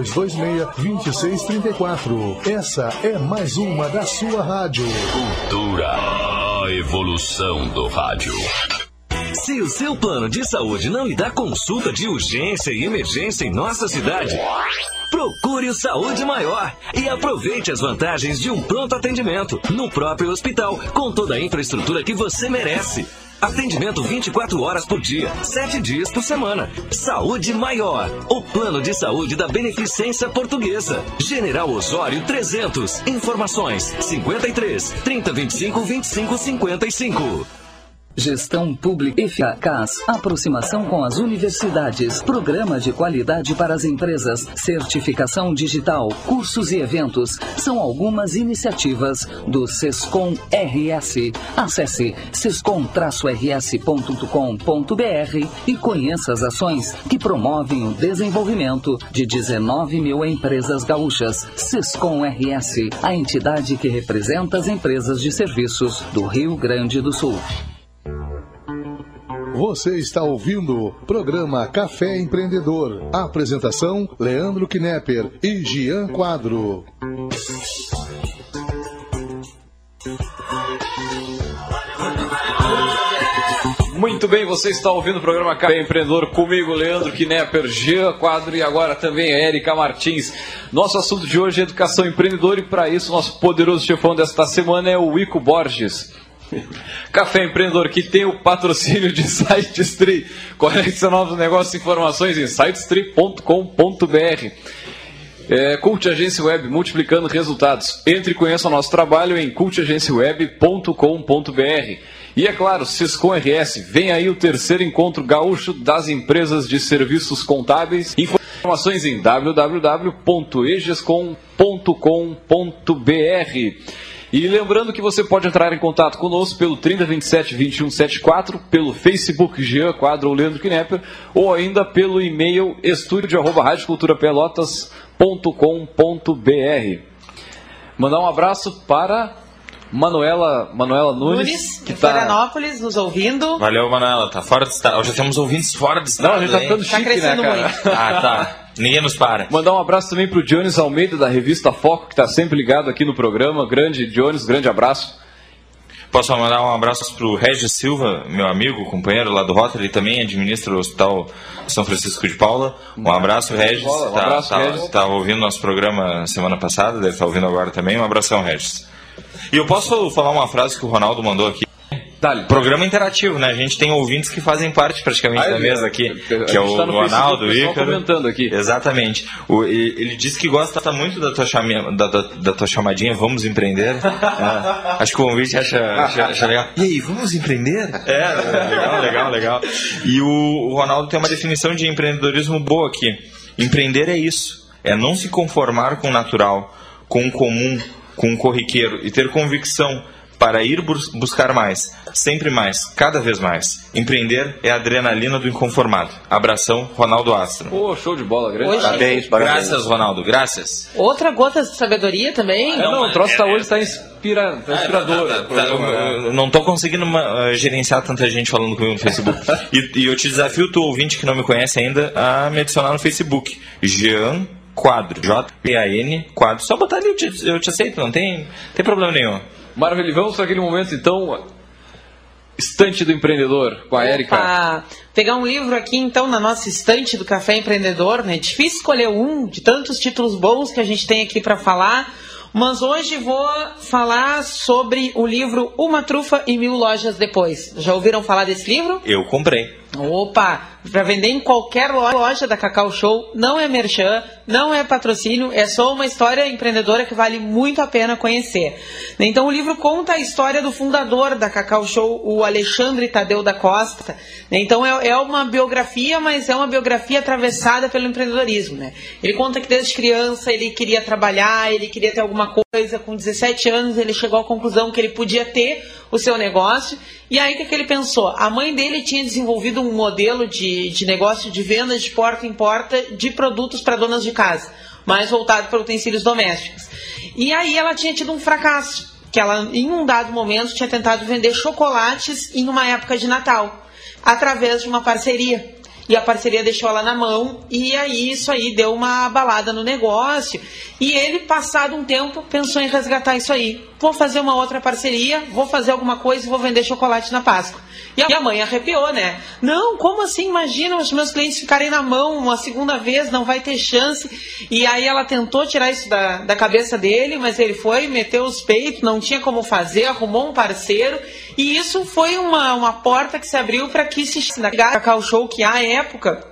3226-2634. Essa é mais uma da sua rádio. Cultura, a evolução do rádio. Se o seu plano de saúde não lhe dá consulta de urgência e emergência em nossa cidade, procure o Saúde Maior e aproveite as vantagens de um pronto atendimento no próprio hospital, com toda a infraestrutura que você merece. Atendimento 24 horas por dia, 7 dias por semana. Saúde Maior, o plano de saúde da Beneficência Portuguesa. General Osório 300. Informações 53 3025 2555. Gestão pública eficaz, aproximação com as universidades, programa de qualidade para as empresas, certificação digital, cursos e eventos, são algumas iniciativas do Sescom RS. Acesse sescom-rs.com.br e conheça as ações que promovem o desenvolvimento de 19 mil empresas gaúchas. Sescom RS, a entidade que representa as empresas de serviços do Rio Grande do Sul. Você está ouvindo o programa Café Empreendedor. Apresentação: Leandro Knepper e Jean Quadro. Muito bem, você está ouvindo o programa Café Empreendedor comigo, Leandro Knepper, Jean Quadro e agora também a Érica Martins. Nosso assunto de hoje é educação empreendedora e para isso nosso poderoso chefão desta semana é o Ico Borges. Café Empreendedor, que tem o patrocínio de SiteStream. Conecte seu novo negócio e informações em sitestree.com.br. Cult Agência Web, multiplicando resultados. Entre e conheça o nosso trabalho em cultagenciaweb.com.br. E é claro, Sescom RS, vem aí o terceiro encontro gaúcho das empresas de serviços contábeis. Informações em www.egescom.com.br. E lembrando que você pode entrar em contato conosco pelo 3027 2174, pelo Facebook Jean Quadro ou Leandro Knepper, ou ainda pelo e-mail estúdio@radioculturapelotas.com.br. Mandar um abraço para Manuela Nunes, que está em Florianópolis, nos ouvindo. Valeu, Manuela, tá fora de estado. Já temos ouvintes fora de estado. Não, a gente tá ficando chique, né, cara? Muito. Ah, tá. Ninguém nos para. Mandar um abraço também pro Jones Almeida, da revista Foco, que está sempre ligado aqui no programa. Grande Jones, grande abraço. Posso mandar um abraço pro Regis Silva, meu amigo, companheiro lá do Rotary, ele também administra o Hospital São Francisco de Paula. Um abraço, Regis. Um abraço, Regis. Estava ouvindo nosso programa semana passada, deve estar ouvindo agora também. Um abração, Regis. E eu posso falar uma frase que o Ronaldo mandou aqui? Dale. Programa interativo, né? A gente tem ouvintes que fazem parte praticamente da mesa aqui, que é o Ronaldo, o Ícaro. Comentando aqui. Exatamente. Ele disse que gosta muito da tua chamadinha, vamos empreender. Acho que o convite acha legal. E aí, vamos empreender? Legal. E o Ronaldo tem uma definição de empreendedorismo boa aqui. Empreender é isso. É não se conformar com o natural, com o comum, com o corriqueiro e ter convicção para ir buscar mais, sempre mais, cada vez mais. Empreender é a adrenalina do inconformado. Abração, Ronaldo Astro. Pô, show de bola, grande. Parabéns. Graças, Ronaldo, graças. Outra gota de sabedoria também. O troço hoje está inspirador. Eu não estou conseguindo gerenciar tanta gente falando comigo no Facebook. E eu te desafio, tu ouvinte que não me conhece ainda, a me adicionar no Facebook. Jean Quadro, J-P-A-N Quadro. Só botar ali, eu te aceito, não tem problema nenhum. Maravilha, vamos para aquele momento então, estante do empreendedor, com a Érica. Pegar um livro aqui então na nossa estante do Café Empreendedor, né? Difícil escolher um de tantos títulos bons que a gente tem aqui para falar, mas hoje vou falar sobre o livro Uma Trufa e 1000 Lojas Depois. Já ouviram falar desse livro? Eu comprei. Opa, para vender em qualquer loja da Cacau Show, não é merchan, não é patrocínio, é só uma história empreendedora que vale muito a pena conhecer. Então o livro conta a história do fundador da Cacau Show, o Alexandre Tadeu da Costa. Então é uma biografia, mas é uma biografia atravessada pelo empreendedorismo, né? Ele conta que desde criança ele queria trabalhar, ele queria ter alguma coisa, com 17 anos ele chegou à conclusão que ele podia ter o seu negócio. E aí o que ele pensou? A mãe dele tinha desenvolvido um modelo de negócio de venda de porta em porta de produtos para donas de casa, mais voltado para utensílios domésticos. E aí ela tinha tido um fracasso, que ela em um dado momento tinha tentado vender chocolates em uma época de Natal, através de uma parceria. E a parceria deixou ela na mão, e aí isso aí deu uma abalada no negócio. E ele, passado um tempo, pensou em resgatar isso aí. Vou fazer uma outra parceria, vou fazer alguma coisa e vou vender chocolate na Páscoa. E a mãe arrepiou, né? Não, como assim? Imagina os meus clientes ficarem na mão uma segunda vez, não vai ter chance. E aí ela tentou tirar isso da cabeça dele, mas ele foi, meteu os peitos, não tinha como fazer, arrumou um parceiro. E isso foi uma porta que se abriu para que se na Cacau Show, que à época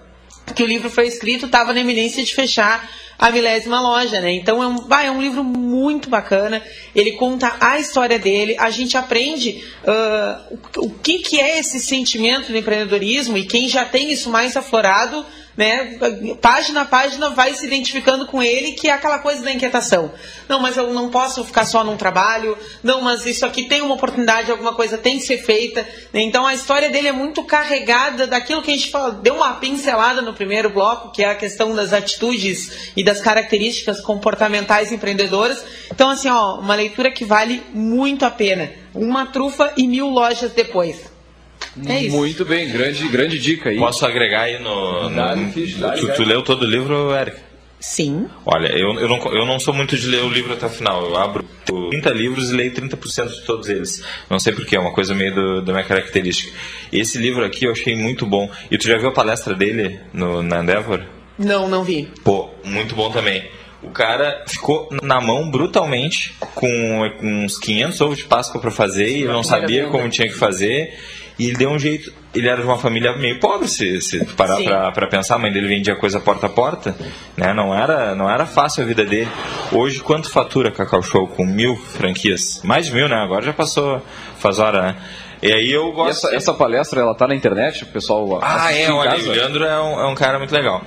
que o livro foi escrito, estava na iminência de fechar a 1000ª loja, né? Então é um livro muito bacana. Ele conta a história dele, a gente aprende o que é esse sentimento do empreendedorismo, e quem já tem isso mais aflorado, né, página a página vai se identificando com ele, que é aquela coisa da inquietação. Não, mas eu não posso ficar só num trabalho. Não, mas isso aqui tem uma oportunidade, alguma coisa tem que ser feita, né? Então a história dele é muito carregada daquilo que a gente deu uma pincelada no primeiro bloco, que é a questão das atitudes e das características comportamentais empreendedoras. Então, assim, uma leitura que vale muito a pena. Uma trufa e 1000 lojas depois. É isso. Muito bem, grande dica aí. Posso agregar aí Tu leu todo o livro, Eric? Sim. Olha, eu não sou muito de ler o livro até o final. Eu abro 30 livros e leio 30% de todos eles. Não sei porquê, é uma coisa meio da minha característica. Esse livro aqui eu achei muito bom. E tu já viu a palestra dele na Endeavor? Não vi. Pô, muito bom também. O cara ficou na mão brutalmente, com uns 500 ovos de Páscoa para fazer, e ele não sabia como tinha que fazer. E ele deu um jeito. Ele era de uma família meio pobre, se parar pra pensar. A mãe dele vendia coisa porta a porta, né? Não era fácil a vida dele. Hoje, quanto fatura Cacau Show com 1000 franquias? Mais de 1000, né? Agora já passou, faz hora, né? E aí eu gosto... Essa palestra, ela tá na internet? O pessoal olha, o Leandro é um cara muito legal.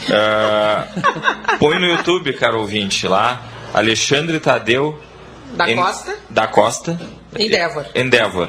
Põe no YouTube, cara ouvinte, lá, Alexandre Tadeu da Costa Endeavor,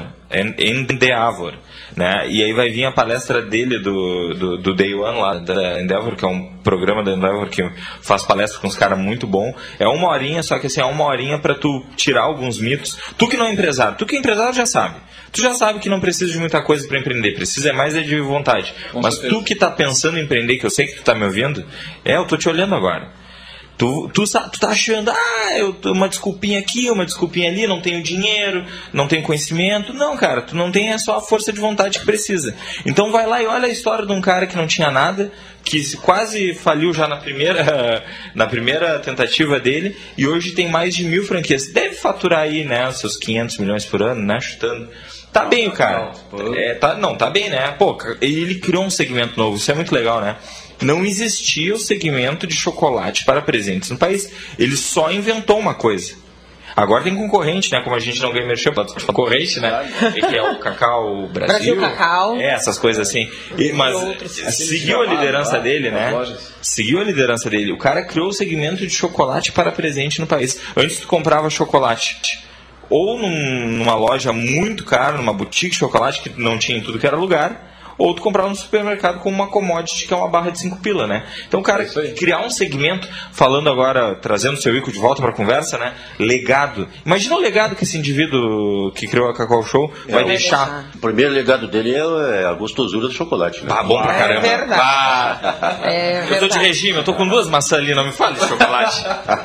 né? E aí vai vir a palestra dele do Day One lá da Endeavor, que é um programa da Endeavor que faz palestra com uns caras muito bom. É 1 horinha, só que assim, é 1 horinha pra tu tirar alguns mitos. Tu que não é empresário, tu que é empresário já sabe. Tu já sabe que não precisa de muita coisa pra empreender, precisa mais de vontade. Mas certeza. Tu que tá pensando em empreender, que eu sei que tu tá me ouvindo, eu tô te olhando agora. Tu tá achando, uma desculpinha aqui, uma desculpinha ali, não tenho dinheiro, não tenho conhecimento. Não, cara, tu não tem só a força de vontade que precisa. Então vai lá e olha a história de um cara que não tinha nada, que quase faliu já na primeira tentativa dele, e hoje tem mais de 1000 franquias. Deve faturar aí, né, seus 500 milhões por ano, né, chutando. Tá bem o cara. Tá bem, né? Pô, ele criou um segmento novo, isso é muito legal, né? Não existia o segmento de chocolate para presentes no país. Ele só inventou uma coisa. Agora tem concorrente, né? Como a gente não ganha merchan, concorrente, né? Que é o Cacau Brasil. Cacau. Essas coisas assim. Mas seguiu a liderança dele, né? Seguiu a liderança dele. O cara criou o segmento de chocolate para presente no país. Antes tu comprava chocolate ou numa loja muito cara, numa boutique de chocolate que não tinha em tudo que era lugar, ou tu comprava no supermercado com uma commodity que é uma barra de 5 pila, né? Então, cara, criar um segmento, falando agora, trazendo o seu Ico de volta para a conversa, né? Legado. Imagina o legado que esse indivíduo que criou a Cacau Show vai deixar. O primeiro legado dele é a gostosura do chocolate, né? Bom pra caramba. É verdade. Eu tô de regime, eu tô com 2 maçãs ali, não me fale de chocolate.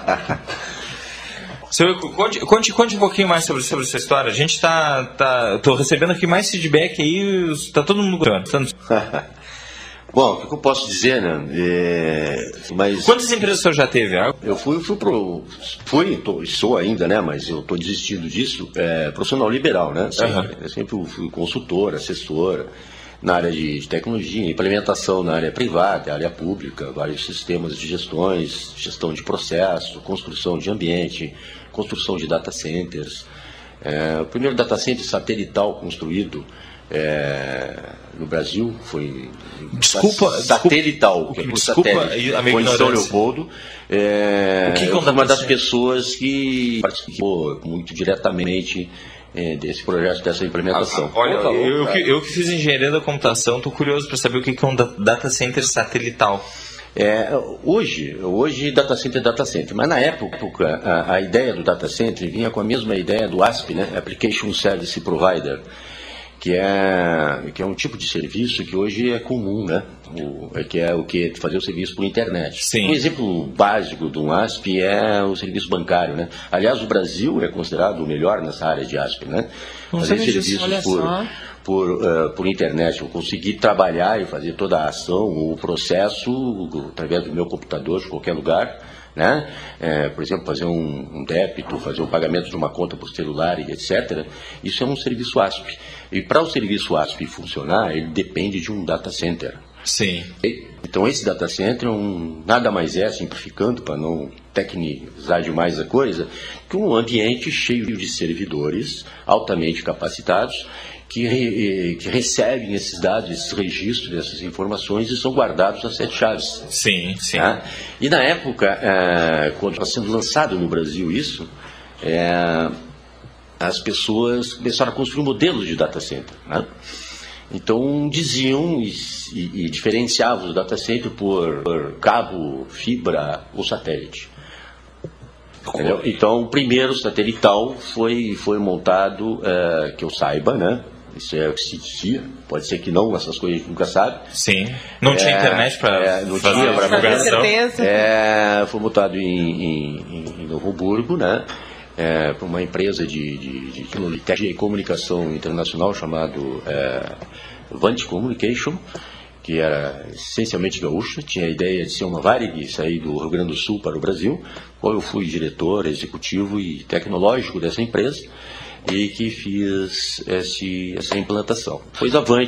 Seu Ico, conte um pouquinho mais sobre essa história. A gente tô recebendo aqui mais feedback aí, tá todo mundo gostando. Bom, o que eu posso dizer, né? Mas quantas empresas o senhor já teve? Eu sou ainda, né? Mas eu tô desistindo disso. Profissional liberal, né? Eu sempre fui consultor, assessor na área de tecnologia, implementação na área privada, área pública, vários sistemas de gestão de processo, construção de ambiente, construção de data centers. O primeiro data center satelital construído no Brasil foi satelital, satélite, foi em São Leopoldo. Uma das pessoas que participou muito diretamente desse projeto, dessa implementação. Olha, eu que fiz engenharia da computação, estou curioso para saber o que é um data center satelital. Hoje data center é data center, mas na época a ideia do data center vinha com a mesma ideia do ASP, né? Application Service Provider, que é um tipo de serviço que hoje é comum, né? Que é o que fazer o serviço por internet. Sim. Um exemplo básico de um ASP é o serviço bancário, né? Aliás, o Brasil é considerado o melhor nessa área de ASP, né? Fazer serviços por internet. Eu consegui trabalhar e fazer toda a ação, o processo, através do meu computador, de qualquer lugar, né? Por exemplo, fazer um débito, fazer um pagamento de uma conta por celular e etc. Isso é um serviço ASP. E para o serviço ASP funcionar, ele depende de um data center. Sim. Então esse data center nada mais é, simplificando para não tecnizar demais a coisa, que um ambiente cheio de servidores altamente capacitados que recebem esses dados, esses registros, essas informações e são guardados às 7 chaves. Sim, sim. Tá? E na época, quando estava sendo lançado no Brasil isso, as pessoas começaram a construir modelos de data center, né? Então diziam e diferenciavam o data center por cabo, fibra ou satélite. Entendeu? Então o primeiro satelital foi montado, que eu saiba, né? Isso é o que se dizia. Pode ser que não, essas coisas a gente nunca sabe. Sim. Não tinha internet para fazer a divulgação. Foi montado em Novo Hamburgo, né? Por uma empresa de comunicação internacional chamado Vant Communication, que era essencialmente gaúcha, tinha a ideia de ser uma Varig, sair do Rio Grande do Sul para o Brasil, qual eu fui diretor executivo e tecnológico dessa empresa e que fiz essa implantação. Pois a Vant,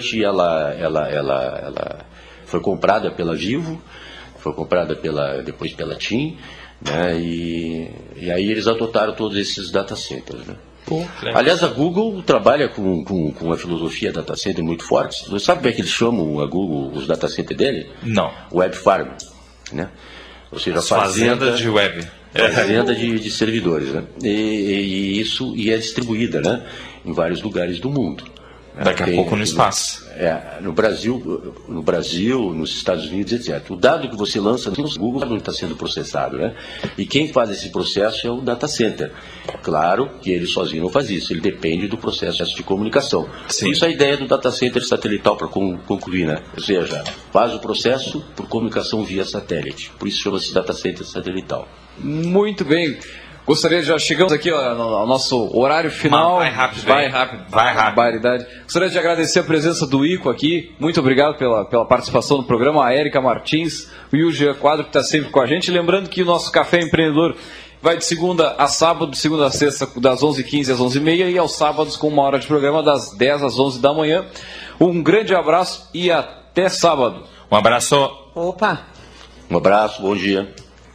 ela foi comprada pela Vivo, foi comprada depois pela TIM, né, e aí eles adotaram todos esses data centers, né? Aliás, a Google trabalha com uma filosofia data center muito forte. Você sabe como é que eles chamam a Google, os data centers dele? Não. Web Farm, né? Ou seja, fazenda de web. Fazenda de servidores, né? E é distribuída, né, em vários lugares do mundo. Daqui a pouco no espaço. No Brasil, nos Estados Unidos, etc. O dado que você lança no Google não está sendo processado, né? E quem faz esse processo é o data center. Claro que ele sozinho não faz isso, ele depende do processo de comunicação. Sim. Por isso a ideia do data center satelital, para concluir, né? Ou seja, faz o processo por comunicação via satélite. Por isso chama-se data center satelital. Muito bem. Gostaria de, já chegamos aqui ao nosso horário final. Vai rápido. Barbaridade. Gostaria de agradecer a presença do Ico aqui. Muito obrigado pela participação no programa. A Érica Martins, o Jean Quadro, que está sempre com a gente. Lembrando que o nosso Café Empreendedor vai de segunda a sábado, de segunda a sexta, das 11h15 às 11h30 e aos sábados com 1 hora de programa, das 10 às 11 da manhã. Um grande abraço e até sábado. Um abraço. Opa. Um abraço, bom dia.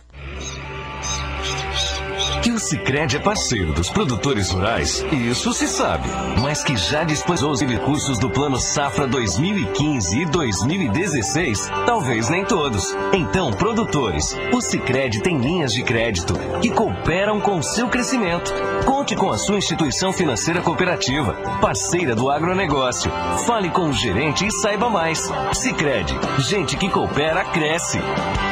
Que o Sicredi é parceiro dos produtores rurais, isso se sabe, mas que já dispôs dos recursos do Plano Safra 2015 e 2016, talvez nem todos. Então, produtores, o Sicredi tem linhas de crédito que cooperam com o seu crescimento. Conte com a sua instituição financeira cooperativa, parceira do agronegócio. Fale com o gerente e saiba mais. Sicredi, gente que coopera, cresce.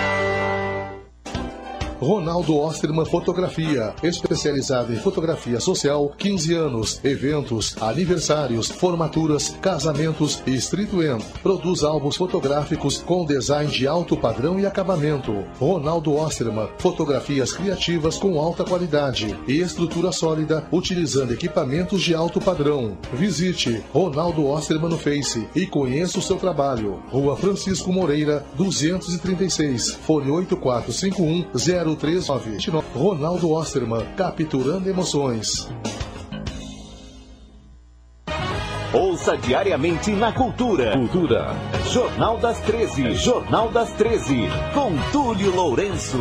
Ronaldo Osterman Fotografia, especializada em fotografia social, 15 anos, eventos, aniversários, formaturas, casamentos e streetwear. Produz álbuns fotográficos com design de alto padrão e acabamento. Ronaldo Osterman, fotografias criativas com alta qualidade e estrutura sólida, utilizando equipamentos de alto padrão. Visite Ronaldo Osterman no Face e conheça o seu trabalho. Rua Francisco Moreira, 236, fone 8451-0339. Ronaldo Osterman, capturando emoções. Ouça diariamente na Cultura. Jornal das 13. Jornal das 13. Com Túlio Lourenço.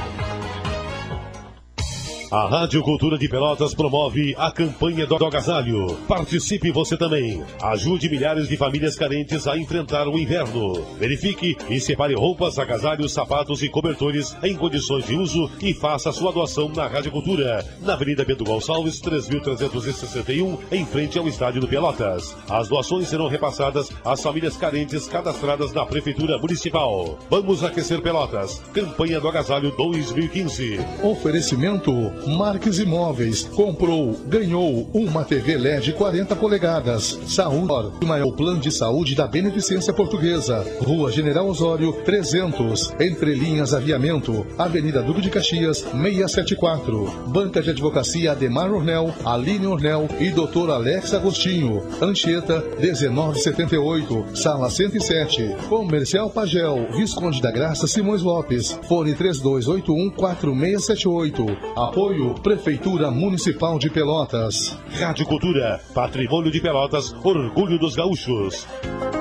A Rádio Cultura de Pelotas promove a campanha do agasalho. Participe você também. Ajude milhares de famílias carentes a enfrentar o inverno. Verifique e separe roupas, agasalhos, sapatos e cobertores em condições de uso e faça a sua doação na Rádio Cultura, na Avenida Bento Gonçalves, 3361, em frente ao Estádio do Pelotas. As doações serão repassadas às famílias carentes cadastradas na Prefeitura Municipal. Vamos aquecer Pelotas. Campanha do agasalho 2015. Oferecimento Marques Imóveis. Comprou, ganhou uma TV LED 40 polegadas. Saúde, o maior plano de saúde da Beneficência Portuguesa. Rua General Osório, 300. Entre Linhas Aviamento. Avenida Duque de Caxias, 674. Banca de Advocacia Ademar Ornel, Aline Ornel e Dr. Alex Agostinho. Anchieta, 1978. Sala 107. Comercial Pagel, Visconde da Graça Simões Lopes. Fone 3281-4678. Apoio Prefeitura Municipal de Pelotas. Rádio Cultura, Patrimônio de Pelotas, orgulho dos gaúchos.